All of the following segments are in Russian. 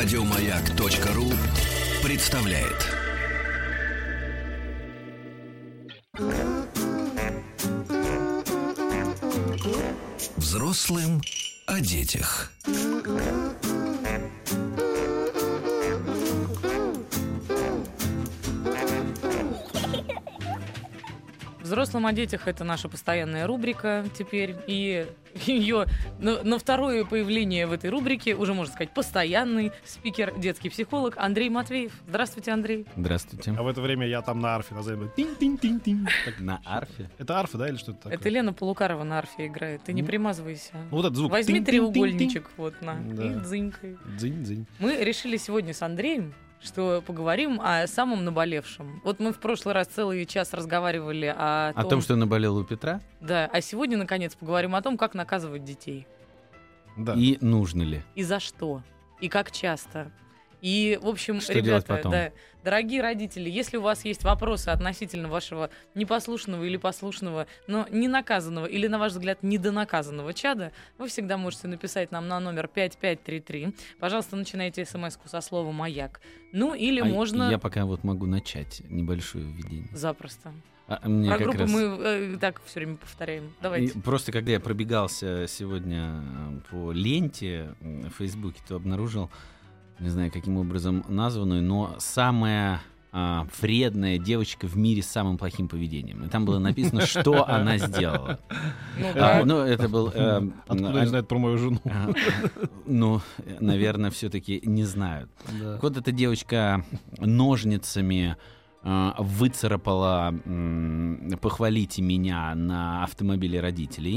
Радиомаяк.ру представляет. Взрослым о детях. «Взрослым о детях» — это наша постоянная рубрика теперь, и ее на второе появление в этой рубрике уже, можно сказать, постоянный спикер, детский психолог Андрей Матвеев. Здравствуйте, Андрей. Здравствуйте. А в это время я там на арфе на земле. Тинь-тинь-тинь-тинь. На арфе? Это арфа, да, или что-то такое? Это Лена Полукарова на арфе играет. Ты не примазывайся. Вот этот звук. Возьми Тинь-тинь-тинь-тинь. треугольничек вот на Да. и дзынькай. Дзынь-дзынь. Мы решили сегодня с Андреем, что поговорим о самом наболевшем. Вот мы в прошлый раз целый час разговаривали о том, что наболело у Петра? Да, а сегодня, наконец, поговорим о том, как наказывать детей. Да. И нужно ли? И за что, и как часто. И, в общем, Что делать ребята, потом? да, дорогие родители, если у вас есть вопросы относительно вашего непослушного или послушного, но не наказанного или, на ваш взгляд, недонаказанного чада, вы всегда можете написать нам на номер 5533. Пожалуйста, начинайте смс-ку со слова «Маяк». Ну, или можно... Я пока вот могу начать небольшое введение. Запросто. Мне Про как группу раз... мы так все время повторяем. Давайте. Просто когда я пробегался сегодня по ленте в Фейсбуке, то обнаружил, не знаю, каким образом названную, но самая вредная девочка в мире с самым плохим поведением. И там было написано, что она сделала. Ну, это был... Откуда они знают про мою жену? Ну, наверное, все-таки не знают. Да. Вот эта девочка ножницами выцарапала «Похвалите меня» на автомобиле родителей.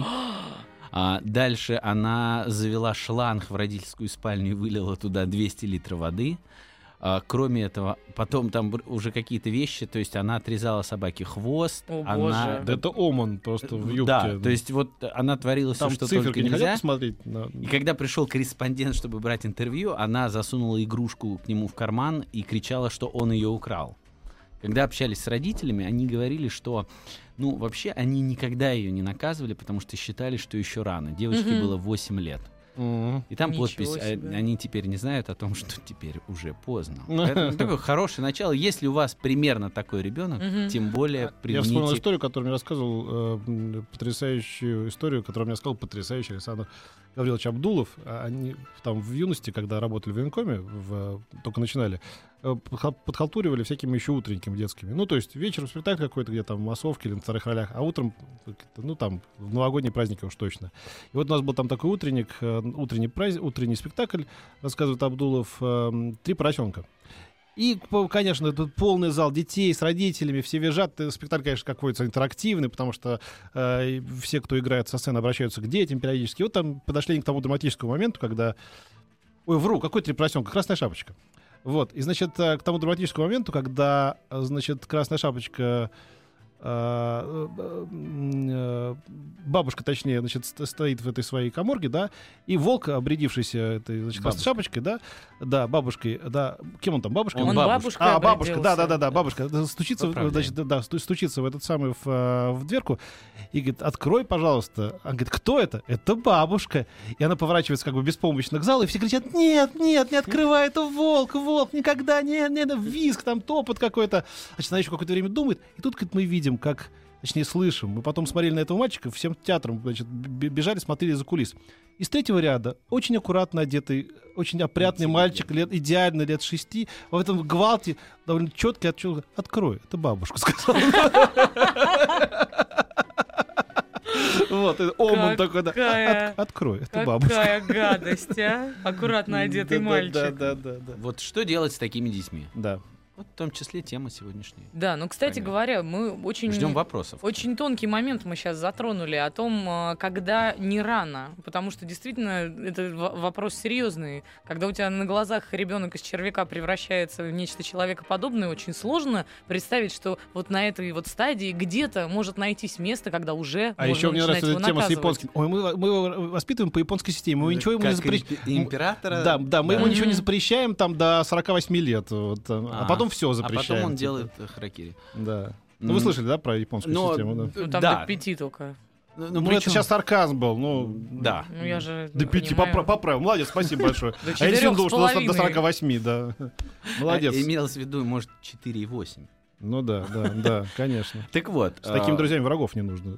Дальше она завела шланг в родительскую спальню и вылила туда 200 литров воды. Кроме этого, потом там уже какие-то вещи, то есть она отрезала собаке хвост. О, она... боже. Да это оман просто в юбке. Да, то есть вот она творила все, там что циферки только не хотят нельзя. посмотреть? И когда пришел корреспондент, чтобы брать интервью, она засунула игрушку к нему в карман и кричала, что он ее украл. Когда общались с родителями, они говорили, что, ну, вообще они никогда ее не наказывали, потому что считали, что еще рано. Девочке было 8 лет. И там Ничего подпись, себе. они теперь не знают о том, что теперь уже поздно. Это такое хорошее начало. Если у вас примерно такой ребенок, тем более Я вспомнил примените... историю, которую мне рассказывал, потрясающую историю, которую мне рассказал потрясающий Александр Гаврилович Абдулов. Они там в юности, когда работали в военкоме, только начинали, подхалтуривали всякими еще утренниками детскими. Ну, то есть вечером спектакль какой-то, где там в массовке или на вторых ролях, а утром, ну, там, в новогодние праздники уж точно. И вот у нас был там такой утренник, утренний спектакль, рассказывает Абдулов, «Три поросенка». И, конечно, тут полный зал детей с родителями, все визжат. Спектакль, конечно, какой-то интерактивный, потому что все, кто играет со сцены, обращаются к детям периодически. И вот там подошли к тому драматическому моменту, когда... Ой, вру, какой «Три поросенка»? «Красная шапочка». Вот, и, значит, к тому драматическому моменту, когда, значит, «Красная шапочка», бабушка, точнее, значит, стоит в этой своей каморке, да, и волк, обрядившийся этой, значит, красной шапочкой, да, бабушкой, да, кем он там, бабушкой? Он бабушкой бабушка, обрядился. да, бабушка, стучится, значит, да, стучится в этот самый, в дверку, и говорит: открой, пожалуйста. Она говорит: кто это? Это бабушка. И она поворачивается как бы беспомощно к залу, и все кричат: нет, не открывай, это волк, никогда, нет, визг, там топот какой-то. Значит, она еще какое-то время думает, и тут, говорит, мы видим, как, точнее, слышим. Мы потом смотрели на этого мальчика, всем театром, значит, бежали, смотрели за кулис. Из третьего ряда очень аккуратно одетый, очень опрятный мальчик, идеально лет 6, в этом гвалте довольно четкий отчет: открой, это бабушка, сказал. Вот, омон такой, да. Открой, это бабушка. Какая гадость, а? Аккуратно одетый мальчик. Да. Вот что делать с такими детьми? Да. Вот в том числе тема сегодняшняя. Да, ну, кстати Понятно. говоря, мы очень... Ждем вопросов. Очень тонкий момент мы сейчас затронули о том, когда не рано, потому что действительно это вопрос серьезный. Когда у тебя на глазах ребенок из червяка превращается в нечто человекоподобное, очень сложно представить, что вот на этой вот стадии где-то может найтись место, когда уже А можно еще мне начинать нравится его эта тема с наказывать. японским. Ой, мы его воспитываем по японской системе, мы ничего ему не Как запрещаем. императора. Да, мы ему ничего не запрещаем там до 48 лет, вот, а потом все А запрещаем. потом он типа. делает харакири. Да. Ну, вы слышали, да, про японскую систему? Да? Ну, там да. до 5 только. Ну, это причем- сейчас сарказм был. Ну, Да. Ну, я же До 5 понимаю. поправил. Молодец, спасибо большое. До А я действительно думал, что у нас до 4,5. 48, да. Молодец. Имелось в виду, может, 4,8. Ну да, конечно. Так вот. С такими друзьями врагов не нужно.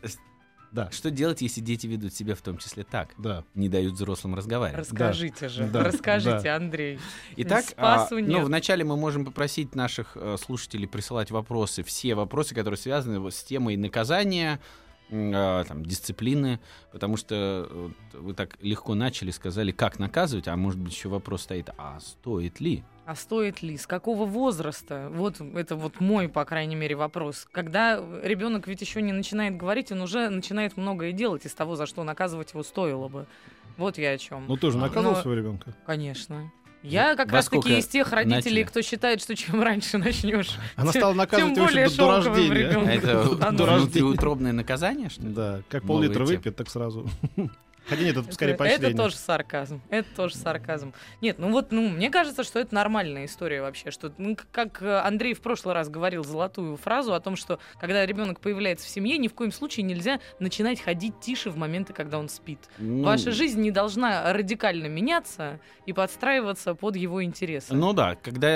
Да, Что делать, если дети ведут себя в том числе так? да. Не дают взрослым разговаривать. Расскажите же, Да, расскажите, да. Андрей. Итак, Спасу нет. вначале мы можем попросить наших слушателей присылать вопросы, все вопросы, которые связаны вот с темой наказания, там, дисциплины, потому что вы так легко начали, сказали, как наказывать, а может быть еще вопрос стоит, а стоит ли? А стоит ли? С какого возраста? Вот это вот мой, по крайней мере, вопрос. Когда ребенок ведь еще не начинает говорить, он уже начинает многое делать из того, за что наказывать его стоило бы. Вот я о чем. Ну, ты же наказывал Но- своего ребенка. Конечно. Я как Во раз таки сколько из тех родителей, начали? кто считает, что чем раньше начнешь, Она тем- стала наказывать тем его более еще до шелковым рождения. ребенком. Это Оно- внутриутробное наказание, что ли? Да, как Новая пол-литра тема. выпьет, так сразу. Хотя нет, это скорее поощрение. Это тоже сарказм. Это тоже сарказм. Нет, мне кажется, что это нормальная история вообще. Что, как Андрей в прошлый раз говорил золотую фразу о том, что когда ребенок появляется в семье, ни в коем случае нельзя начинать ходить тише в моменты, когда он спит. Ну, Ваша жизнь не должна радикально меняться и подстраиваться под его интересы. Ну да, когда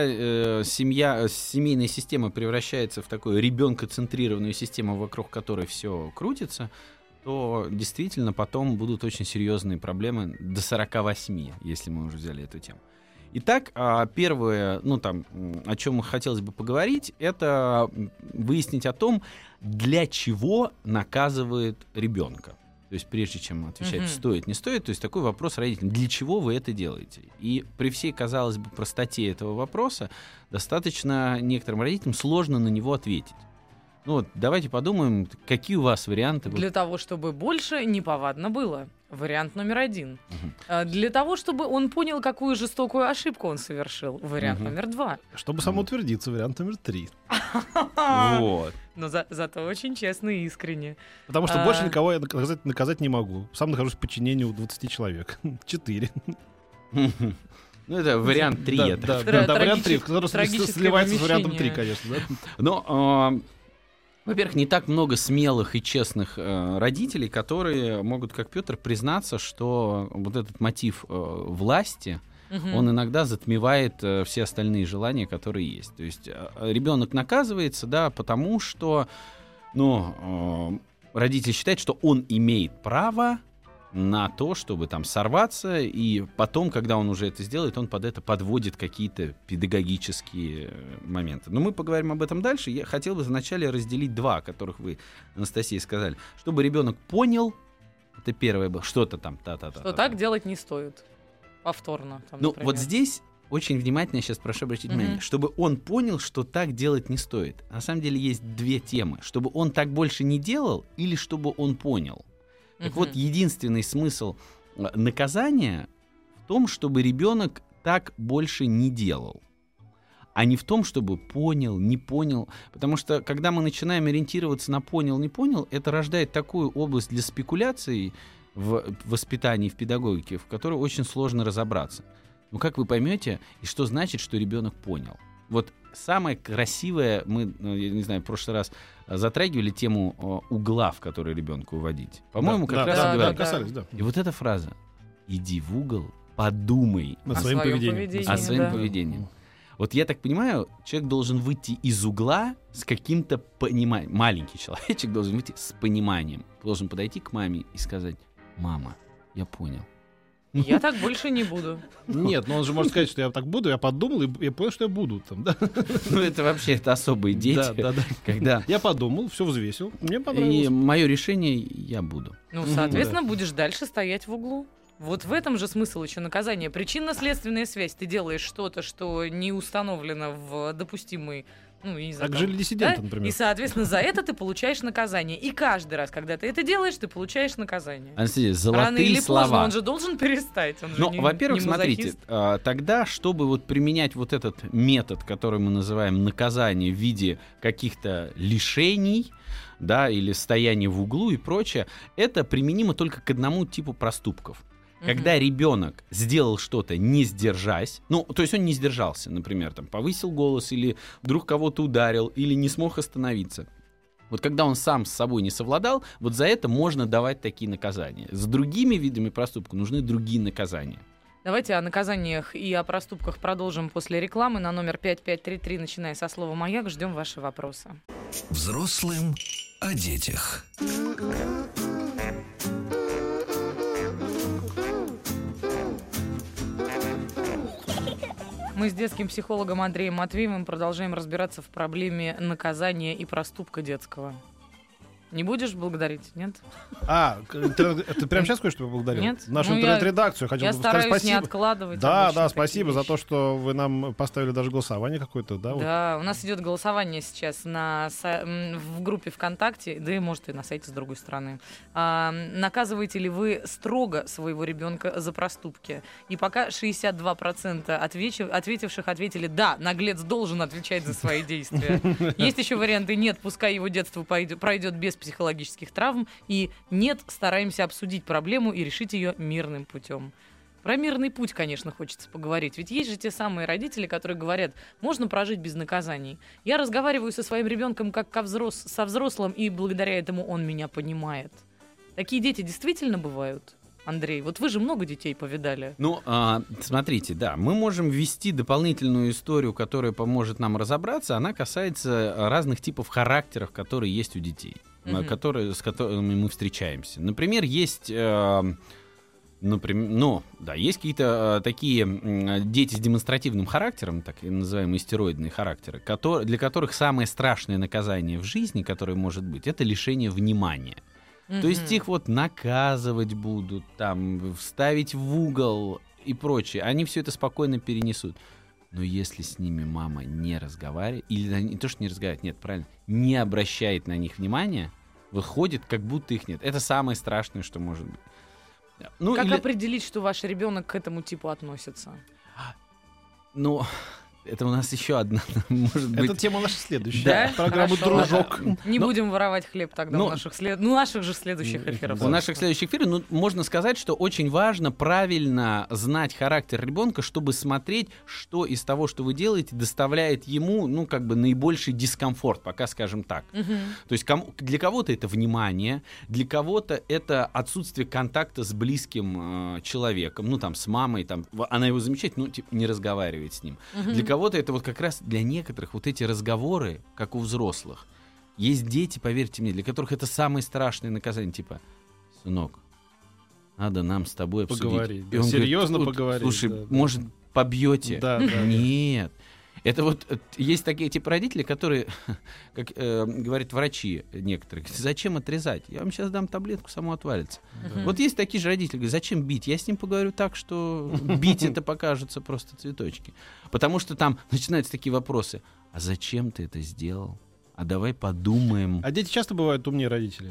семейная система превращается в такую ребенкоцентрированную систему, вокруг которой все крутится, то действительно потом будут очень серьезные проблемы до 48, если мы уже взяли эту тему. Итак, первое, о чем хотелось бы поговорить, это выяснить о том, для чего наказывает ребенка. То есть прежде чем отвечать, стоит, не стоит, то есть такой вопрос родителям, для чего вы это делаете? И при всей, казалось бы, простоте этого вопроса достаточно некоторым родителям сложно на него ответить. Ну вот, давайте подумаем, какие у вас варианты. Для того, чтобы больше неповадно было. Вариант номер 1. Для того, чтобы он понял, какую жестокую ошибку он совершил. Вариант номер 2. Чтобы самоутвердиться, вариант номер 3. Вот. Но зато очень честно и искренне. Потому что больше никого я наказать не могу. Сам нахожусь в подчинении у 20 человек. 4. Ну, это вариант 3. Да, вариант 3, который сливается с вариантом 3, конечно. Да? Но, во-первых, не так много смелых и честных родителей, которые могут, как Петр, признаться, что вот этот мотив власти, он иногда затмевает все остальные желания, которые есть. То есть ребенок наказывается, да, потому что родитель считает, что он имеет право на то, чтобы там сорваться, и потом, когда он уже это сделает, он под это подводит какие-то педагогические моменты. Но мы поговорим об этом дальше. Я хотел бы вначале разделить два, о которых вы, Анастасия, сказали. Чтобы ребенок понял, это первое было, что-то там, Что так делать не стоит. Повторно. Там, ну, например. вот здесь очень внимательно сейчас прошу обратить внимание, чтобы он понял, что так делать не стоит. На самом деле есть две темы. Чтобы он так больше не делал или чтобы он понял. Так вот, единственный смысл наказания в том, чтобы ребенок так больше не делал, а не в том, чтобы понял, не понял. Потому что, когда мы начинаем ориентироваться на понял, не понял, это рождает такую область для спекуляций в воспитании, в педагогике, в которой очень сложно разобраться. Ну, как вы поймете, и что значит, что ребенок понял? Вот самое красивое, мы, я не знаю, в прошлый раз затрагивали тему угла, в который ребенку уводить. По-моему, как раз и говорили. касались, да. И вот эта фраза «иди в угол, подумай Над О своим своем поведением. поведении. о своем да. поведении». Вот я так понимаю, человек должен выйти из угла с каким-то пониманием. Маленький человечек должен выйти с пониманием. Должен подойти к маме и сказать: «Мама, я понял». Я так больше не буду. Нет, но он же может сказать, что я так буду, я подумал, и я понял, что я буду там, да? Ну, это вообще это особые дети. Да. Когда... Я подумал, все взвесил, мне И понравилось. мое решение я буду. Ну, соответственно, будешь дальше стоять в углу. Вот в этом же смысл еще наказания. Причинно-следственная связь. Ты делаешь что-то, что не установлено в допустимой... Ну, я не знаю, Как там, жили диссиденты, да? например. И, соответственно, за это ты получаешь наказание. И каждый раз, когда ты это делаешь, ты получаешь наказание. Анастасия, Рано или золотые слова. поздно он же должен перестать. Он же Ну, не, во-первых, не смотрите, мазохист. тогда, чтобы вот применять вот этот метод, который мы называем наказание в виде каких-то лишений, да, или стояния в углу и прочее, это применимо только к одному типу проступков. Когда ребенок сделал что-то, не сдержась, ну, то есть он не сдержался, например, там, повысил голос, или вдруг кого-то ударил, или не смог остановиться. Вот когда он сам с собой не совладал, вот за это можно давать такие наказания. С другими видами проступка нужны другие наказания. Давайте о наказаниях и о проступках продолжим после рекламы. На номер 5533, начиная со слова «Маяк», ждем ваши вопросы. Взрослым о детях. Мы с детским психологом Андреем Матвеевым продолжаем разбираться в проблеме наказания и проступка детского. Не будешь благодарить, нет? Ты прямо сейчас кое-что поблагодарил? Нет. Нашу Ну, интернет-редакцию. Хотел Я бы сказать стараюсь не спасибо. откладывать. Да, обычно спасибо такие за то, вещи. что вы нам поставили даже голосование какое-то, да? Да, у нас идет голосование сейчас в группе ВКонтакте, да и, может, и на сайте с другой стороны. Наказываете ли вы строго своего ребенка за проступки? И пока 62% ответивших ответили «да, наглец должен отвечать за свои действия». Есть еще варианты «нет, пускай его детство пройдет без психологических травм», и «нет, стараемся обсудить проблему и решить ее мирным путем». Про мирный путь, конечно, хочется поговорить. Ведь есть же те самые родители, которые говорят, можно прожить без наказаний. Я разговариваю со своим ребенком как со взрослым, и благодаря этому он меня понимает. Такие дети действительно бывают? Андрей, вот вы же много детей повидали. Ну, смотрите, да, мы можем ввести дополнительную историю, которая поможет нам разобраться. Она касается разных типов характеров, которые есть у детей, с которыми мы встречаемся. Например, есть... есть какие-то такие дети с демонстративным характером, так называемые стероидные характеры, для которых самое страшное наказание в жизни, которое может быть, это лишение внимания. То есть их вот наказывать будут, там, вставить в угол и прочее. Они все это спокойно перенесут. Но если с ними мама не разговаривает, или не то, что не разговаривает, нет, правильно, не обращает на них внимания, выходит, как будто их нет. Это самое страшное, что может быть. Как определить, что ваш ребенок к этому типу относится? Ну, это у нас еще одна, может быть... Это тема наша следующая. Да? Программа Хорошо. «Дружок». Не будем воровать хлеб тогда в наших же следующих эфирах. В наших следующих эфирах можно сказать, что очень важно правильно знать характер ребенка, чтобы смотреть, что из того, что вы делаете, доставляет ему, наибольший дискомфорт, пока скажем так. То есть для кого-то это внимание, для кого-то это отсутствие контакта с близким человеком, с мамой, она его замечает, не разговаривает с ним. Для кого-то это вот как раз для некоторых вот эти разговоры, как у взрослых. Есть дети, поверьте мне, для которых это самое страшное наказание. Типа, сынок, надо нам с тобой обсудить. Поговорить. И он серьезно говорит, поговорить. слушай, может, побьете? Да. Нет. Это вот есть такие типа родители, которые, как говорят врачи некоторые, зачем отрезать? Я вам сейчас дам таблетку, само отвалится. Вот есть такие же родители, говорят, зачем бить? Я с ним поговорю так, что бить это покажется просто цветочки. Потому что там начинаются такие вопросы. А зачем ты это сделал? А давай подумаем. А дети часто бывают умнее родителей?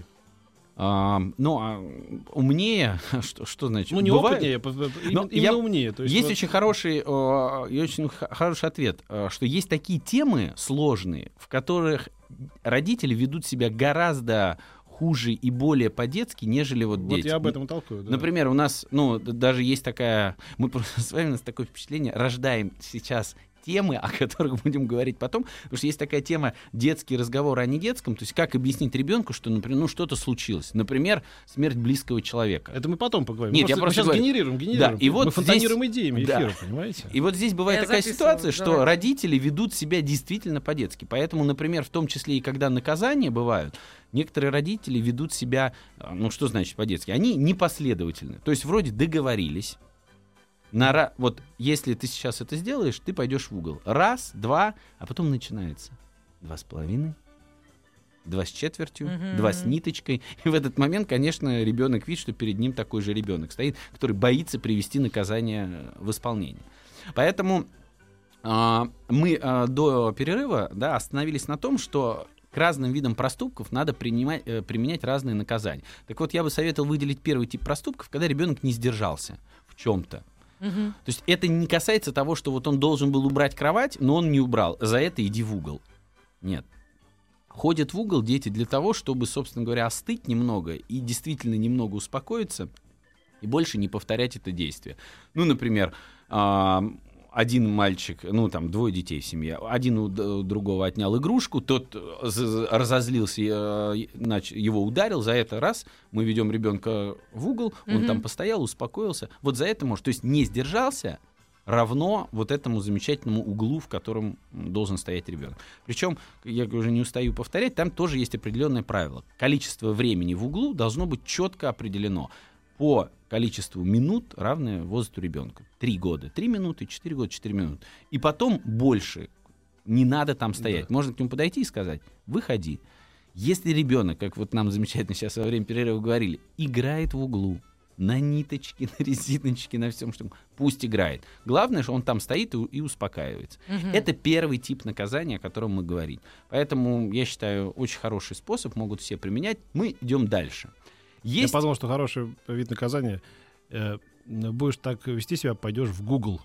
Умнее, что значит? Не бывает? опытнее, именно умнее. То есть очень хороший ответ, что есть такие темы сложные, в которых родители ведут себя гораздо хуже и более по-детски, нежели вот дети. Вот я об этом и толкую. Да. Например, у нас, даже есть такая... Мы просто с вами, у нас такое впечатление, рождаем сейчас темы, о которых будем говорить потом, потому что есть такая тема детский разговор о недетском, то есть как объяснить ребенку, что, например, что-то случилось. Например, смерть близкого человека. Это мы потом поговорим. Нет, я просто сейчас генерируем. Да, и вот мы фонтанируем здесь... идеями эфира, понимаете? И вот здесь бывает такая ситуация, что родители ведут себя действительно по-детски. Поэтому, например, в том числе и когда наказания бывают, некоторые родители ведут себя, что значит по-детски? Они непоследовательны. То есть вроде договорились. Вот если ты сейчас это сделаешь, ты пойдешь в угол. 1, 2, а потом начинается 2,5, 2,25, 2 с ниточкой. И в этот момент, конечно, ребенок видит, что перед ним такой же ребенок стоит, который боится привести наказание в исполнение. Поэтому мы до перерыва остановились на том, что к разным видам проступков надо применять разные наказания. Так вот, я бы советовал выделить первый тип проступков, когда ребенок не сдержался в чем-то. То есть это не касается того, что вот он должен был убрать кровать, но он не убрал. За это иди в угол. Нет. Ходят в угол дети для того, чтобы, собственно говоря, остыть немного и действительно немного успокоиться и больше не повторять это действие. Например, один мальчик, ну, там, 2 детей в семье, один у другого отнял игрушку, тот разозлился, его ударил, за это раз мы ведем ребенка в угол, он там постоял, успокоился. Вот за это может, то есть не сдержался, равно вот этому замечательному углу, в котором должен стоять ребенок. Причем, я уже не устаю повторять, там тоже есть определенное правило. Количество времени в углу должно быть четко определено по количеству минут, равное возрасту ребенка. 3 года 3 минуты, 4 года 4 минуты. И потом больше не надо там стоять. Да. Можно к нему подойти и сказать: выходи. Если ребенок, как вот нам замечательно сейчас во время перерыва говорили, играет в углу, на ниточке, на резиночке, на всем, что пусть играет. Главное, что он там стоит и успокаивается. Это первый тип наказания, о котором мы говорим. Поэтому, я считаю, очень хороший способ, могут все применять. Мы идем дальше. Я подумал, что хороший вид наказания. Будешь так вести себя, пойдешь в Google.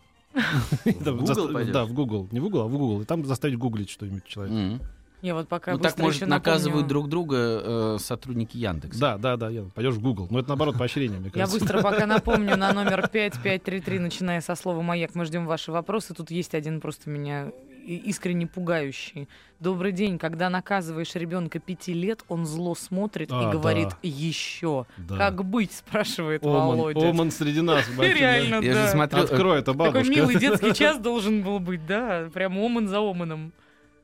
Да, в Google. Не в Google, а в Google. И там заставить гуглить что-нибудь человека. Я вот пока так, может, наказывают друг друга сотрудники Яндекса. Да, пойдешь в Google. Но это, наоборот, поощрение, мне кажется. Я быстро пока напомню на номер 5533, начиная со слова «Маяк». Мы ждем ваши вопросы. Тут есть один просто меня искренне пугающий. Добрый день. Когда наказываешь ребенка 5 лет, он зло смотрит и говорит «еще». Да. Как быть, спрашивает Володя. Оман среди нас. Реально, да. Я же смотрю, открой, это бабушка. Такой милый детский час должен был быть, да. Прям оман за оманом.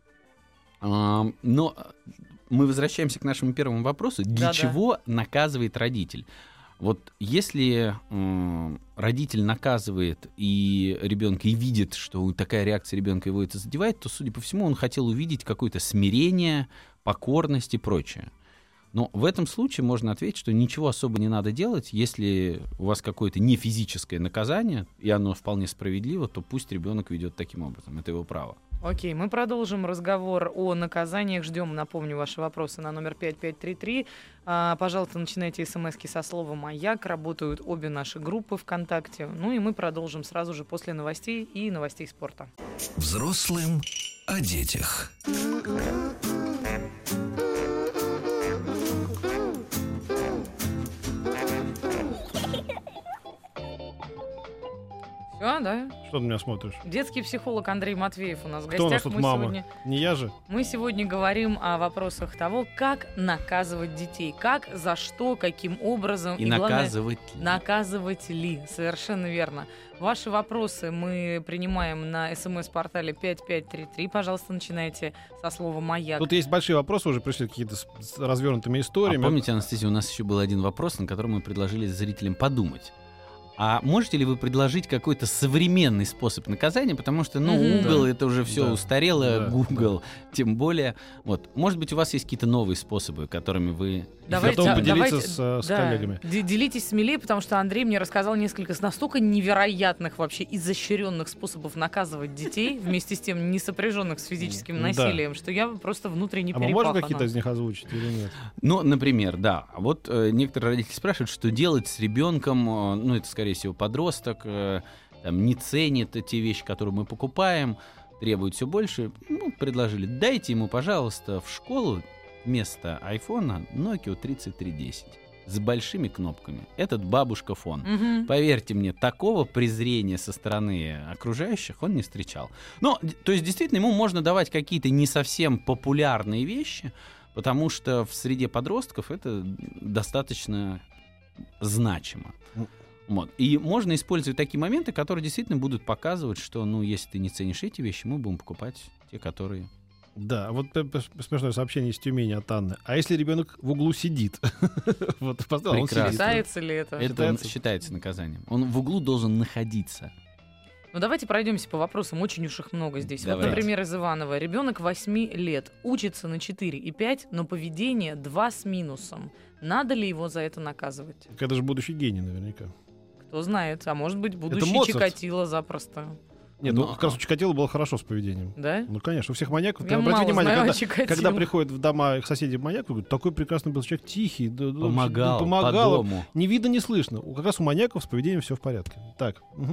Но мы возвращаемся к нашему первому вопросу. Для чего наказывает родитель? Вот если родитель наказывает и ребенка и видит, что такая реакция ребенка его это задевает, то, судя по всему, он хотел увидеть какое-то смирение, покорность и прочее. Но в этом случае можно ответить, что ничего особо не надо делать. Если у вас какое-то не физическое наказание, и оно вполне справедливо, то пусть ребенок ведет таким образом. Это его право. Окей, мы продолжим разговор о наказаниях. Ждем, напомню, ваши вопросы на номер 5533. Пожалуйста, начинайте смски со слова «Маяк». Работают обе наши группы ВКонтакте. Ну и мы продолжим сразу же после новостей и новостей спорта. Взрослым о детях. Все, да? Что ты на меня смотришь? Детский психолог Андрей Матвеев у нас в гостях. Кто у нас тут мама? Не я же? Мы сегодня говорим о вопросах того, как наказывать детей. Как, за что, каким образом. И наказывать ли. Наказывать ли. Совершенно верно. Ваши вопросы мы принимаем на СМС-портале 5533. Пожалуйста, начинайте со слова «Маяк». Тут есть большие вопросы, уже пришли какие-то с развернутыми историями. А помните, Анастасия, у нас еще был один вопрос, на который мы предложили зрителям подумать. А можете ли вы предложить какой-то современный способ наказания? Потому что, угол, это уже все устарело, Google, тем более. Вот. Может быть, у вас есть какие-то новые способы, которыми вы... Готовы поделиться с коллегами. Делитесь смелее, потому что Андрей мне рассказал несколько настолько невероятных, вообще изощренных способов наказывать детей, вместе с тем не сопряженных с физическим насилием, что я просто внутренне перепахана. А мы можем какие-то из них озвучить или нет? Ну, например, да. Вот некоторые родители спрашивают, что делать с ребенком, это, скорее всего, подросток, не ценит те вещи, которые мы покупаем, требует все больше. Предложили, дайте ему, пожалуйста, в школу вместо айфона Nokia 3310 с большими кнопками. Этот бабушка-фон. Поверьте мне, такого презрения со стороны окружающих он не встречал. То есть, действительно, ему можно давать какие-то не совсем популярные вещи, потому что в среде подростков это достаточно значимо. Вот. И можно использовать такие моменты, которые действительно будут показывать, что, если ты не ценишь эти вещи, мы будем покупать те, которые... Да, вот смешное сообщение из Тюмени от Анны. А если ребенок в углу сидит? Считается ли это? Это считается наказанием. Он в углу должен находиться. Давайте пройдемся по вопросам, очень уж их много здесь. Давайте. Вот, например, из Иванова. Ребенок 8 лет, учится на 4 и 5, но поведение 2 с минусом. Надо ли его за это наказывать? Это же будущий гений наверняка. Кто знает, а может быть будущий Чикатило запросто. Нет, как раз у Чикатило было хорошо с поведением. Да? Ну, конечно, у всех маньяков. Я мало знаю о Чикатило. Когда приходят в дома их соседи маньяк, говорят, такой прекрасный был человек, тихий, помогал по дому. Не видно, не слышно. Как раз у маньяков с поведением все в порядке. Так.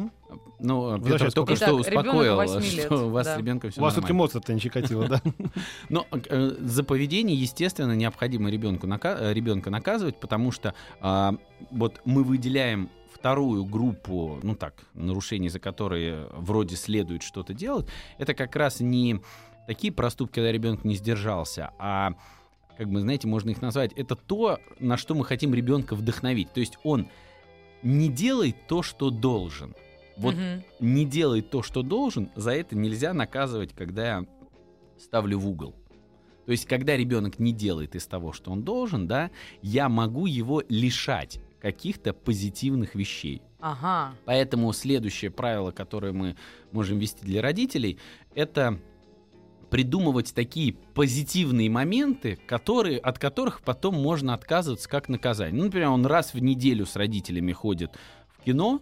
Петр только что успокоил, что у вас с ребенком все нормально. У вас все-таки Моцарт, а не Чикатило, да? Но за поведение, естественно, необходимо ребенка наказывать, потому что вот мы выделяем вторую группу, нарушений, за которые вроде следует что-то делать, это как раз не такие проступки, когда ребенок не сдержался, а, знаете, можно их назвать, это то, на что мы хотим ребенка вдохновить. То есть он не делает то, что должен. Вот не делает то, что должен, за это нельзя наказывать, когда я ставлю в угол. То есть, когда ребенок не делает из того, что он должен, да, я могу его лишать каких-то позитивных вещей. Ага. Поэтому следующее правило, которое мы можем ввести для родителей, это придумывать такие позитивные моменты, от которых потом можно отказываться как наказание. Например, он раз в неделю с родителями ходит в кино,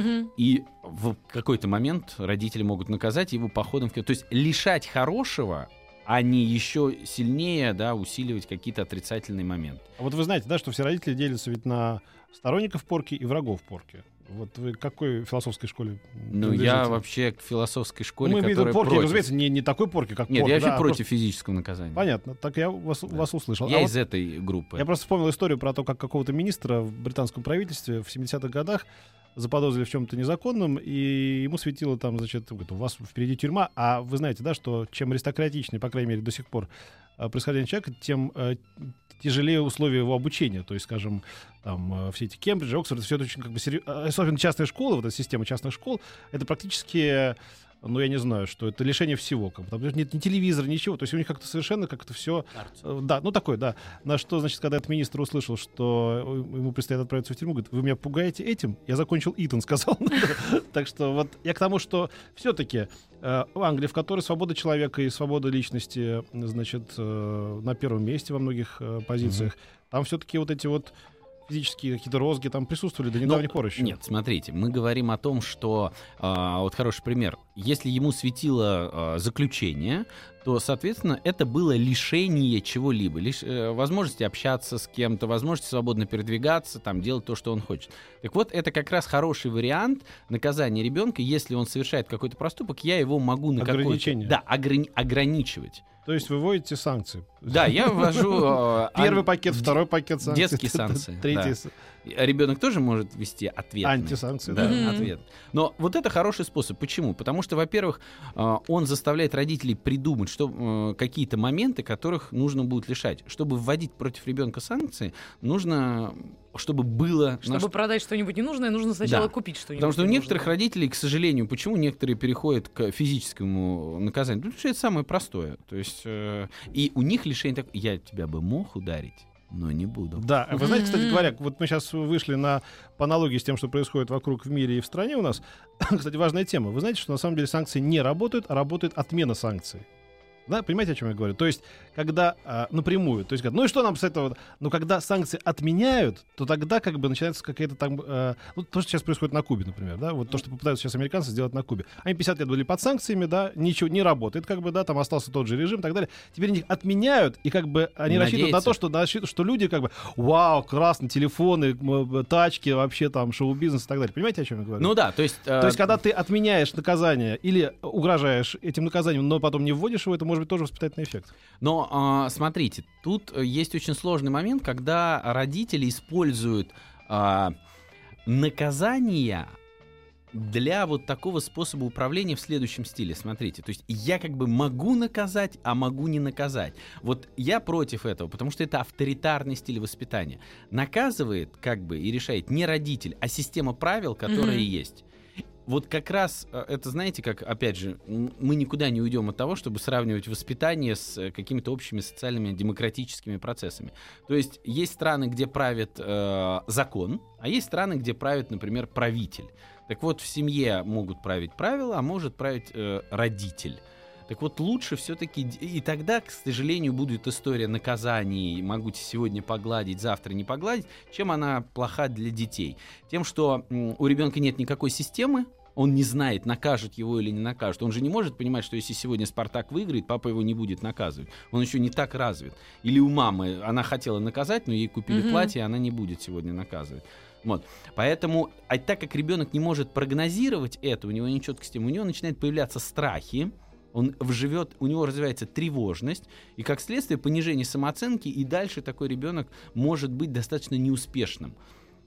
и в какой-то момент родители могут наказать его походом в кино. То есть лишать хорошего, а не еще сильнее, да, усиливать какие-то отрицательные моменты. А вот вы знаете, да, что все родители делятся ведь на сторонников порки и врагов порки. Вот вы к какой философской школе принадлежите? Я вообще к философской школе, мы которая порки, против. разумеется, не такой порки, как Нет, порка. я вообще да, против просто... физического наказания. Понятно, так я вас услышал. Я из этой группы. Я просто вспомнил историю про то, как какого-то министра в британском правительстве в 70-х годах заподозрили в чем-то незаконном, и ему светило там, значит, говорит, у вас впереди тюрьма, а вы знаете, да, что чем аристократичнее, по крайней мере, до сих пор происхождение человека, тем тяжелее условия его обучения. То есть, скажем, там все эти Кембриджи, Оксфорд, все это очень особенно частные школы, вот эта система частных школ, это практически, я не знаю, что это лишение всего. Там нет ни телевизора, ничего. То есть у них как-то совершенно как-то все... Да, такое, да. На что, значит, когда этот министр услышал, что ему предстоит отправиться в тюрьму, говорит, вы меня пугаете этим? Я закончил Итон, сказал. Так что вот я к тому, что все-таки в Англии, в которой свобода человека и свобода личности, значит, на первом месте во многих позициях, там все-таки вот эти вот физические какие-то розги там присутствовали до недавних пор еще. Нет, смотрите, мы говорим о том, что вот хороший пример. Если ему светило заключение, то, соответственно, это было лишение чего-либо. Возможности общаться с кем-то, возможности свободно передвигаться, там, делать то, что он хочет. Так вот, это как раз хороший вариант наказания ребенка. Если он совершает какой-то проступок, я его могу на ограничение. Ограничивать. То есть вы вводите санкции? Да, я ввожу... Первый пакет, второй пакет санкций. Детские санкции. Третий. Да. Ребенок тоже может ввести ответные. Антисанкции, да. Ответ. Но вот это хороший способ. Почему? Потому что, во-первых, он заставляет родителей придумать какие-то моменты, которых нужно будет лишать. Чтобы вводить против ребенка санкции, нужно... Чтобы было... Чтобы продать что-нибудь ненужное, нужно сначала купить что-нибудь. Потому что у некоторых родителей, к сожалению, почему некоторые переходят к физическому наказанию? Потому что это самое простое. То есть, и у них лишение такое: я тебя бы мог ударить, но не буду. Да, вы знаете, кстати говоря, вот мы сейчас вышли по аналогии с тем, что происходит вокруг в мире и в стране у нас. Кстати, важная тема. Вы знаете, что на самом деле санкции не работают, а работает отмена санкций. Да, понимаете, о чем я говорю? То есть, когда напрямую, то есть, ну и что нам с этого? Но когда санкции отменяют, то тогда как бы начинается какая-то там... то, что сейчас происходит на Кубе, например, да, вот то, что попытаются сейчас американцы сделать на Кубе. Они 50 лет были под санкциями, да, ничего не работает, как бы, да, там остался тот же режим и так далее. Теперь они их отменяют, и как бы они рассчитывают на то, что люди как бы, вау, классно, телефоны, тачки, вообще там шоу-бизнес и так далее. Понимаете, о чем я говорю? Ну да, то есть... То есть, когда ты отменяешь наказание или угрожаешь этим наказанием, но потом не вводишь его, это может быть тоже воспитательный эффект. Но смотрите, тут есть очень сложный момент, когда родители используют наказания для вот такого способа управления в следующем стиле. Смотрите, то есть я как бы могу наказать, а могу не наказать. Вот я против этого, потому что это авторитарный стиль воспитания. Наказывает как бы и решает не родитель, а система правил, которая есть. Вот как раз это, знаете, как, опять же, мы никуда не уйдем от того, чтобы сравнивать воспитание с какими-то общими социальными демократическими процессами. То есть есть страны, где правит закон, а есть страны, где правит, например, правитель. Так вот, в семье могут править правила, а может править родитель. Так вот, лучше все-таки... И тогда, к сожалению, будет история наказаний, могу сегодня погладить, завтра не погладить, чем она плоха для детей. Тем, что у ребенка нет никакой системы, он не знает, накажут его или не накажут. Он же не может понимать, что если сегодня Спартак выиграет, папа его не будет наказывать. Он еще не так развит. Или у мамы, она хотела наказать, но ей купили платье, она не будет сегодня наказывать. Вот. Поэтому, так как ребенок не может прогнозировать это, у него нет четкости, у него начинают появляться страхи, у него развивается тревожность, и как следствие понижение самооценки, и дальше такой ребенок может быть достаточно неуспешным.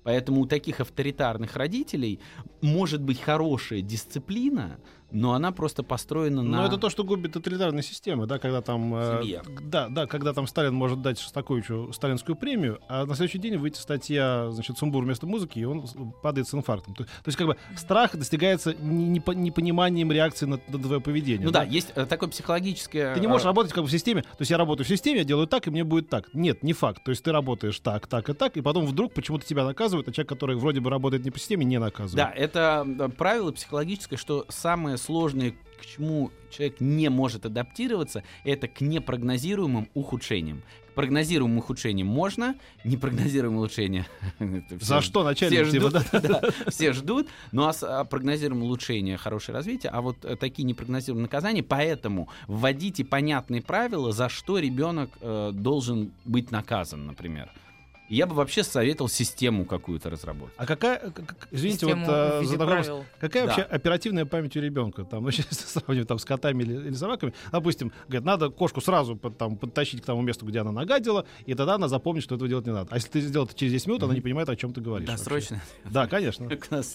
Поэтому у таких авторитарных родителей может быть хорошая дисциплина, но она просто построена на... Но это то, что губит тоталитарные системы, да, когда там... Семье. Когда там Сталин может дать Шостаковичу сталинскую премию, а на следующий день выйдет статья, значит, «Сумбур вместо музыки», и он падает с инфарктом. То есть как бы страх достигается непониманием реакции на твое поведение. Ну да, есть такое психологическое... Ты не можешь работать как бы в системе. То есть я работаю в системе, я делаю так, и мне будет так. Нет, не факт. То есть ты работаешь так, так и так, и потом вдруг почему-то тебя наказывают, а человек, который вроде бы работает не по системе, не наказывают. Да, это правило психологическое, что самое сложное, к чему человек не может адаптироваться, это к непрогнозируемым ухудшениям. К прогнозируемым ухудшениям можно, непрогнозируемые улучшения... За что начальник? Все ждут, но прогнозируемое улучшение — хорошее развитие, а вот такие непрогнозируемые наказания, поэтому вводите понятные правила, за что ребенок должен быть наказан, например. Я бы вообще советовал систему какую-то разработать. А какая, извините, Систему вот в виде правил. какая вообще оперативная память у ребенка? Там, если сравнивать там, с котами или собаками, допустим, говорят, надо кошку сразу подтащить к тому месту, где она нагадила, и тогда она запомнит, что этого делать не надо. А если ты сделал это через 10 минут, она не понимает, о чем ты говоришь. Да, вообще. срочно. Да, конечно.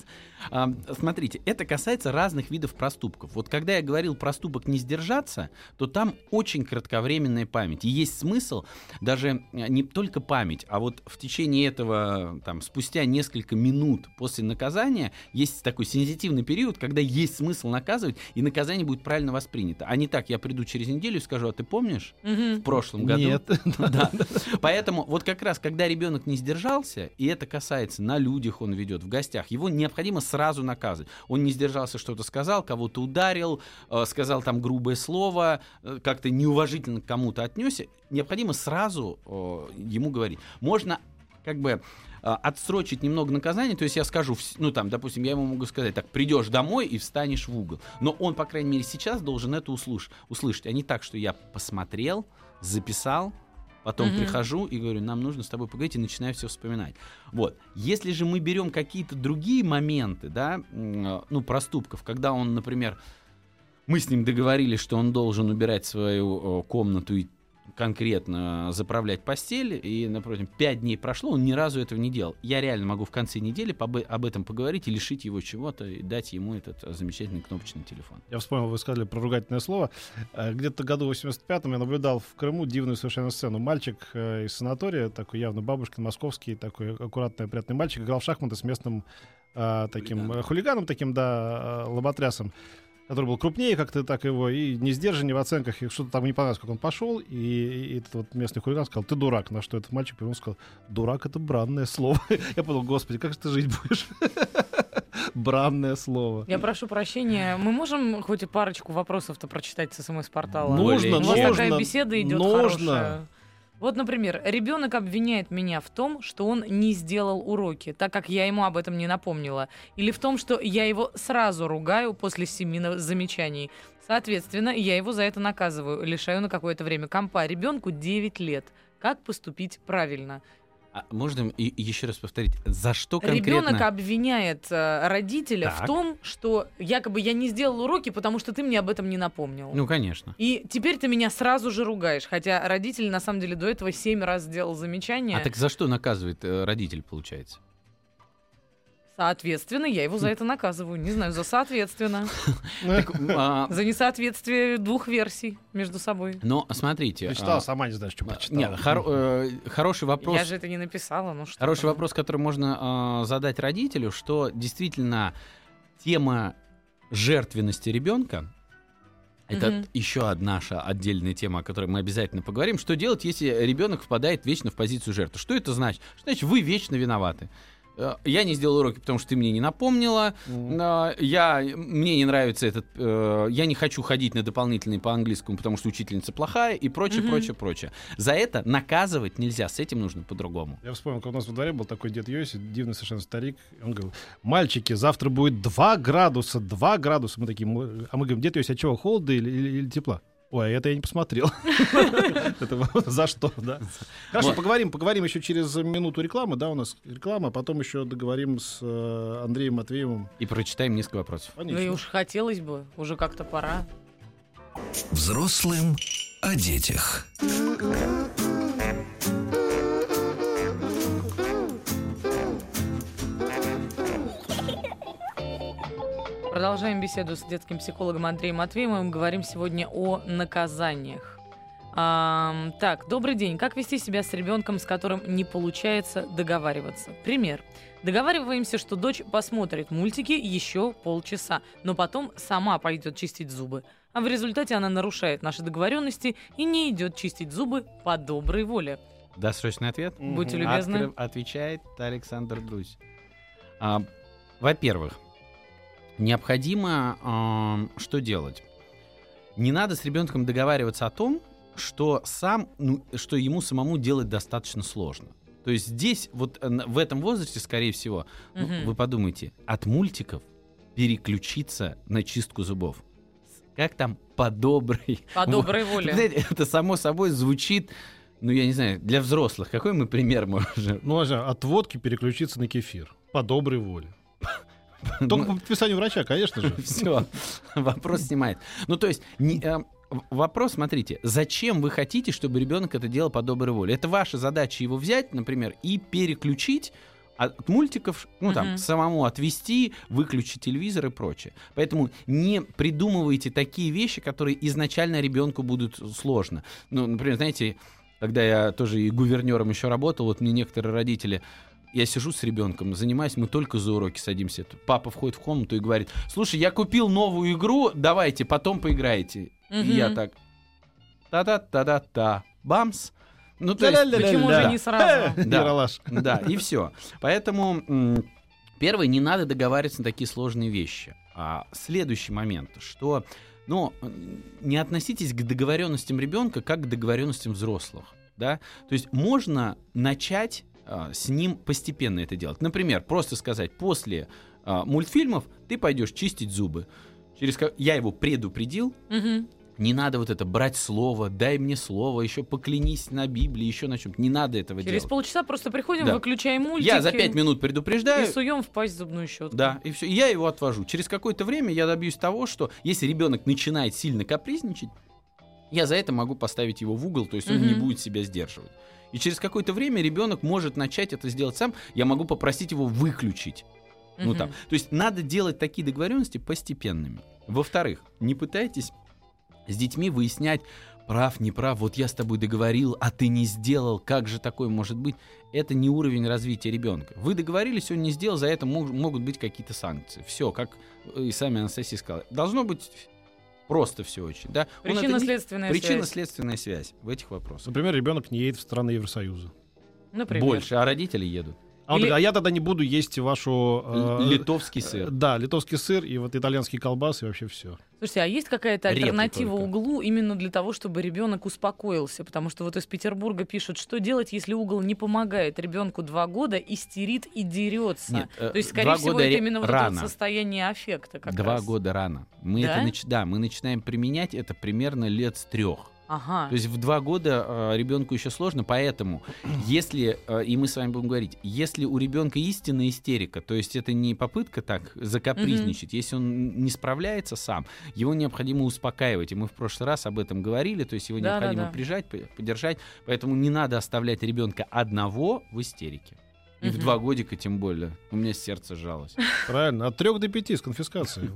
Смотрите, это касается разных видов проступков. Вот когда я говорил проступок не сдержаться, то там очень кратковременная память. И есть смысл даже не только память, а вот в течение этого, там, спустя несколько минут после наказания есть такой сенситивный период, когда есть смысл наказывать, и наказание будет правильно воспринято. А не так, я приду через неделю и скажу, а ты помнишь в прошлом году? Нет. Да. Поэтому вот как раз, когда ребенок не сдержался, и это касается, на людях он ведет, в гостях, его необходимо сразу наказывать. Он не сдержался, что-то сказал, кого-то ударил, сказал там грубое слово, как-то неуважительно к кому-то отнесся, необходимо сразу ему говорить. Можно как бы отсрочить немного наказание, то есть я скажу, ну там, допустим, я ему могу сказать, так, придешь домой и встанешь в угол. Но он, по крайней мере, сейчас должен это услышать, а не так, что я посмотрел, записал, потом прихожу и говорю, нам нужно с тобой поговорить, и начинаю все вспоминать. Вот. Если же мы берем какие-то другие моменты, да, ну, проступков, когда он, например, мы с ним договорились, что он должен убирать свою комнату и конкретно заправлять постель, и, напротив, 5 дней прошло, он ни разу этого не делал. Я реально могу в конце недели об этом поговорить и лишить его чего-то, и дать ему этот замечательный кнопочный телефон. Я вспомнил, вы сказали про ругательное слово. Где-то году в 85-м я наблюдал в Крыму дивную совершенно сцену. Мальчик из санатория, такой явно бабушкин, московский, такой аккуратный, приятный мальчик, играл в шахматы с местным таким хулиганом, таким, да, лоботрясом, который был крупнее как-то так его, и не сдержаннее в оценках, и что-то там не понравилось, как он пошел, и этот вот местный хулиган сказал, ты дурак, на что этот мальчик по-моему сказал, дурак — это бранное слово. Я подумал, господи, как же ты жить будешь? Бранное слово. Я прошу прощения, мы можем хоть и парочку вопросов-то прочитать с СМС-портала? Нужно. У вас такая беседа идет хорошая. Вот, например, ребенок обвиняет меня в том, что он не сделал уроки, так как я ему об этом не напомнила. Или в том, что я его сразу ругаю после 7 замечаний. Соответственно, я его за это наказываю, лишаю на какое-то время компа. Ребенку 9 лет. Как поступить правильно? Можно еще раз повторить, за что конкретно? Ребенок обвиняет родителя в том, что якобы я не сделал уроки, потому что ты мне об этом не напомнил. Ну, конечно. И теперь ты меня сразу же ругаешь, хотя родитель на самом деле до этого 7 раз сделал замечание. А так за что наказывает родитель, получается? Соответственно, я его за это наказываю. Не знаю, за соответственно. За несоответствие 2 версий между собой. Но смотрите. Ты читала, сама не знаешь, что прочитала. Нет, хороший вопрос. Я же это не написала. Ну, что хороший вопрос, который можно задать родителю, что действительно тема жертвенности ребенка — это еще одна наша отдельная тема, о которой мы обязательно поговорим. Что делать, если ребенок впадает вечно в позицию жертвы? Что это значит? Что значит, вы вечно виноваты? Я не сделал уроки, потому что ты мне не напомнила. Мне не нравится этот... Я не хочу ходить на дополнительные по английскому, потому что учительница плохая, и прочее, прочее. За это наказывать нельзя. С этим нужно по-другому. Я вспомнил, как у нас во дворе был такой дед Йоси, дивный совершенно старик. Он говорил, мальчики, завтра будет 2 градуса, 2 градуса. Мы такие, а мы говорим, дед Йоси, а чего, холода или тепла? Ой, это я не посмотрел. За что, да? Хорошо, поговорим еще через минуту рекламы, да, у нас реклама, а потом еще договорим с Андреем Матвеевым. И прочитаем несколько вопросов. Ну и уж хотелось бы, уже как-то пора. Взрослым о детях. Продолжаем беседу с детским психологом Андреем Матвеевым. Говорим сегодня о наказаниях. Так, добрый день. Как вести себя с ребенком, с которым не получается договариваться? Пример. Договариваемся, что дочь посмотрит мультики еще полчаса, но потом сама пойдет чистить зубы. А в результате она нарушает наши договоренности и не идет чистить зубы по доброй воле. Досрочный ответ? Будьте любезны. Отвечает Александр Друзь. Во-первых, необходимо что делать? Не надо с ребенком договариваться о том, что что ему самому делать достаточно сложно. То есть здесь, вот в этом возрасте, скорее всего, вы подумайте, от мультиков переключиться на чистку зубов. Как там? По доброй воле. Знаете, это само собой звучит, я не знаю, для взрослых. Какой мы пример можем? От водки переключиться на кефир. По доброй воле. Только по предписанию врача, конечно же. Все, вопрос снимает. То есть... Вопрос, смотрите, зачем вы хотите, чтобы ребенок это делал по доброй воле? Это ваша задача его взять, например, и переключить от мультиков, самому отвести, выключить телевизор и прочее. Поэтому не придумывайте такие вещи, которые изначально ребенку будут сложно. Например, знаете, когда я тоже и гувернером еще работал, вот мне некоторые родители... Я сижу с ребенком, занимаюсь, мы только за уроки садимся. Папа входит в комнату и говорит: слушай, я купил новую игру, давайте, потом поиграете. И я так, та-да-та-да-та, бамс. Почему же не сразу? Да, и все. Поэтому, первое, не надо договариваться на такие сложные вещи. Следующий момент, что, не относитесь к договоренностям ребенка как к договоренностям взрослых. Да? То есть можно начать с ним постепенно это делать. Например, просто сказать: после мультфильмов ты пойдешь чистить зубы. Я его предупредил. Не надо вот это брать слово, дай мне слово, еще поклянись на Библии, еще на чем-то. Не надо этого делать. Через полчаса просто приходим, выключаем мультики. Я за 5 минут предупреждаю. И суем в пасть зубную щетку. Да, и все. И я его отвожу. Через какое-то время я добьюсь того, что если ребенок начинает сильно капризничать, я за это могу поставить его в угол, то есть он не будет себя сдерживать. И через какое-то время ребенок может начать это сделать сам. Я могу попросить его выключить. То есть надо делать такие договоренности постепенными. Во-вторых, не пытайтесь с детьми выяснять, прав, не прав, вот я с тобой договорил, а ты не сделал, как же такое может быть? Это не уровень развития ребенка. Вы договорились, он не сделал, за это могут быть какие-то санкции. Все, как и сами Анастасия сказала. Должно быть просто все очень. Да? Причинно-следственная связь в этих вопросах. Например, ребенок не едет в страны Евросоюза. Например. Больше, а родители едут. А я тогда не буду есть вашу... литовский сыр. Да, литовский сыр и вот итальянские колбасы и вообще все. Слушайте, а есть какая-то альтернатива углу именно для того, чтобы ребенок успокоился? Потому что вот из Петербурга пишут, что делать, если угол не помогает ребенку 2 года, истерит и дерется. Нет, то есть, скорее всего, это именно вот это вот состояние аффекта. 2 года рано. Мы начинаем применять это примерно лет с 3. Ага. То есть в 2 года ребенку еще сложно, поэтому если, и мы с вами будем говорить, если у ребенка истинная истерика, то есть это не попытка так закапризничать, если он не справляется сам, его необходимо успокаивать, и мы в прошлый раз об этом говорили, то есть его необходимо прижать, поддержать, поэтому не надо оставлять ребенка одного в истерике. И в 2 годика тем более. У меня сердце сжалось. Правильно, от 3 до 5 с конфискацией.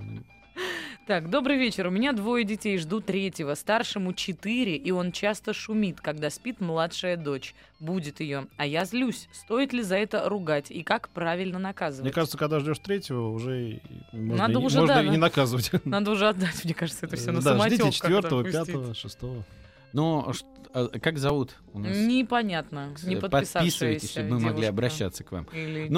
Так, добрый вечер. У меня 2 детей, жду 3-го. Старшему 4, и он часто шумит, когда спит младшая дочь. Будет ее. А я злюсь. Стоит ли за это ругать? И как правильно наказывать? Мне кажется, когда ждешь 3-го, уже можно и не наказывать. Надо уже отдать, мне кажется, это все на самотек. Ждите 4-го, 5-го, 6-го. Но как зовут у нас? Непонятно. Не подписывайтесь, чтобы мы могли обращаться к вам.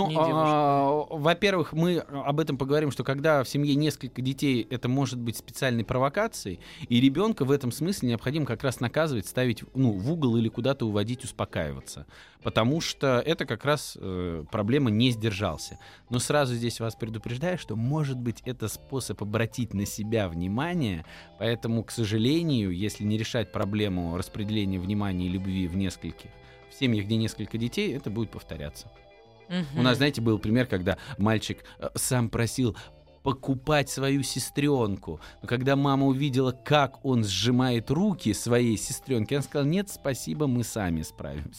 Во-первых, мы об этом поговорим, что когда в семье несколько детей, это может быть специальной провокацией, и ребенка в этом смысле необходимо как раз наказывать, ставить в угол или куда-то уводить, успокаиваться. Потому что это как раз проблема «не сдержался». Но сразу здесь вас предупреждаю, что, может быть, это способ обратить на себя внимание, поэтому, к сожалению, если не решать проблему распределения внимания и любви в семьях, где несколько детей, это будет повторяться. У нас, знаете, был пример, когда мальчик сам просил покупать свою сестренку. Но когда мама увидела, как он сжимает руки своей сестренки, она сказала: нет, спасибо, мы сами справимся.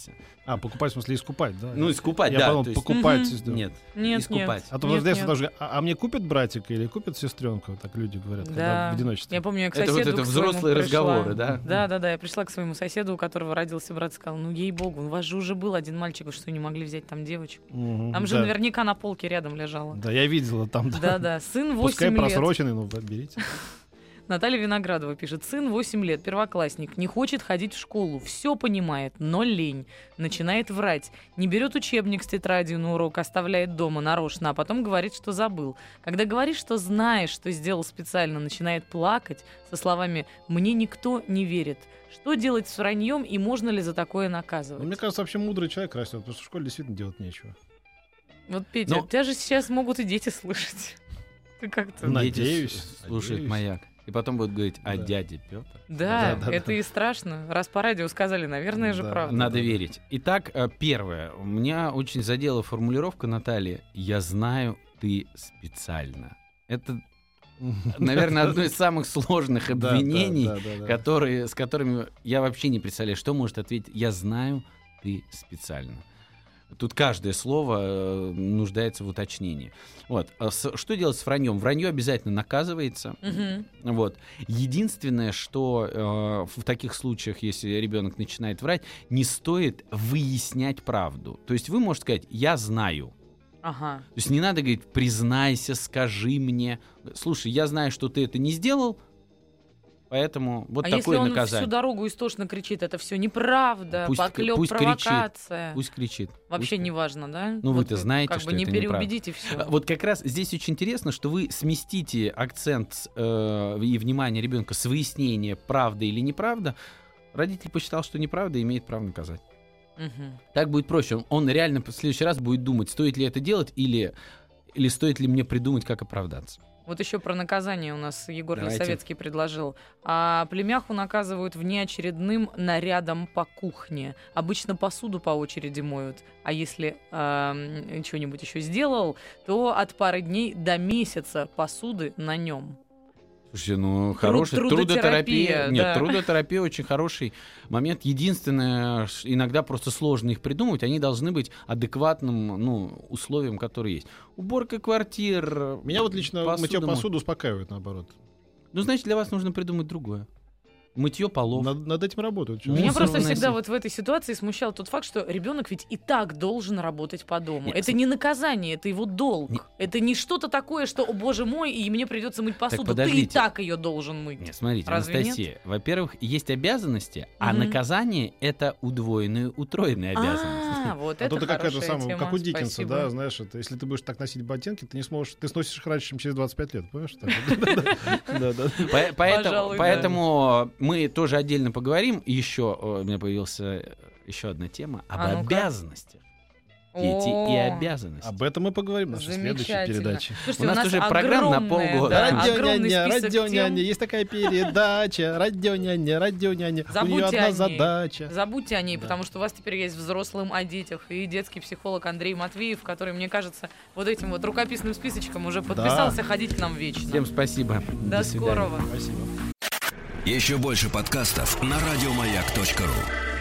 Покупать, в смысле, искупать, да? Ну, искупать, Я да. подумал, то есть- покупать. Нет, Нет, искупать. А то Нет, подожди, нет. даже, а мне купят братика или купят сестренку? Так люди говорят, когда Да. в одиночестве. Я помню, я к Это соседу вот это к своему взрослые пришла. разговоры, да? Да. Я пришла к своему соседу, у которого родился брат, сказала, ну, ей-богу, у вас же уже был один мальчик, вы что, не могли взять там девочку? Мгм, Там же да. наверняка на полке рядом лежала. Да, я видела там. Да. Да-да, сын 8 Пускай лет. просроченный, но берите. Наталья Виноградова пишет, сын 8 лет, первоклассник, не хочет ходить в школу, все понимает, но лень, начинает врать, не берет учебник с тетрадью на урок, оставляет дома нарочно, а потом говорит, что забыл. Когда говоришь, что знаешь, что сделал специально, начинает плакать со словами «мне никто не верит». Что делать с враньем и можно ли за такое наказывать? Ну, мне кажется, вообще мудрый человек растет, потому что в школе действительно делать нечего. Вот, Петя, Но- тебя же сейчас могут и дети слышать. Ты как-то... Надеюсь, Дети слушают надеюсь. «Маяк». И потом будут говорить, а Да. дядя Петр? Да, Да. это и страшно. Раз по радио сказали, наверное же Да. правда. Надо верить. Итак, первое. Меня очень задела формулировка Натальи «Я знаю, ты специально». Это, наверное, одно из самых сложных Да, обвинений, да. с которыми я вообще не представляю, что может ответить «Я знаю, ты специально». Тут каждое слово нуждается в уточнении. Вот. Что делать с враньем? Вранье обязательно наказывается. Мгм. Вот. Единственное, что в таких случаях, если ребенок начинает врать, не стоит выяснять правду. То есть вы можете сказать «я знаю». Ага. То есть не надо говорить «признайся, скажи мне». Слушай, я знаю, что ты это не сделал, поэтому вот А если такое он наказание. всю дорогу истошно кричит, это все неправда, Пусть- поклеп, пусть кричит. провокация. Пусть кричит. Вообще Пусть- не важно, да? Ну, Вот вы-то знаете, как что бы не это неправда. переубедите все. Вот как раз здесь очень интересно, что вы сместите акцент и внимание ребенка с выяснения, правда или неправда. Родитель посчитал, что неправда, и имеет право наказать. Так будет проще. Он реально в следующий раз будет думать, стоит ли это делать или стоит ли мне придумать, как оправдаться. Вот еще про наказание у нас Егор Давайте. Лисовецкий предложил. А племяху наказывают внеочередным нарядом по кухне. Обычно посуду по очереди моют. А если что-нибудь еще сделал, то от пары дней до месяца посуды на нем. Слушайте, ну хороший трудотерапия, Нет, да. трудотерапия очень хороший момент. Единственное, иногда просто сложно их придумать. Они должны быть адекватным условиям, которые есть. Уборка квартир. Меня вот лично мытье посуда посуды успокаивает, наоборот. Ну, значит, для вас нужно придумать другое. Мытье полов. Над этим работают. чё. Меня Мусор просто выносить. всегда вот в этой ситуации смущал тот факт, что ребенок ведь и так должен работать по дому. Нет, Это не наказание, это его долг. Не- Это не что-то такое, что, о боже мой, и мне придется мыть посуду. Ты и подождите. так ее должен мыть. Нет, смотрите, Разве Анастасия, во-первых, есть обязанности, а Мгм. наказание — это удвоенные, утроенные обязанности. Вот А это то ты какая-то хорошая самая, тема, как у Диккенса, спасибо. да, знаешь, это, если ты будешь так носить ботинки, ты не сможешь, ты сносишь их раньше, чем через 25 лет, понимаешь? Да. Пожалуй, да. Поэтому мы тоже отдельно поговорим. И еще у меня появилась еще одна тема об А ну-ка. обязанностях. Дети и О, обязанности. Об этом мы поговорим в нашей следующей замечательно. передаче. Слушайте, У нас уже программа на огромная, полгода. да, Да, огромный список радионяня, тем. есть такая передача, радионяня. У Забудьте нее о одна ней. задача. Забудьте о ней, Да. потому что у вас теперь есть взрослым о детях и детский психолог Андрей Матвеев, который, мне кажется, вот этим вот рукописным списочком уже подписался ходить к нам вечно. Всем спасибо. До свидания. скорого. Спасибо. Еще больше подкастов на радиомаяк.ру.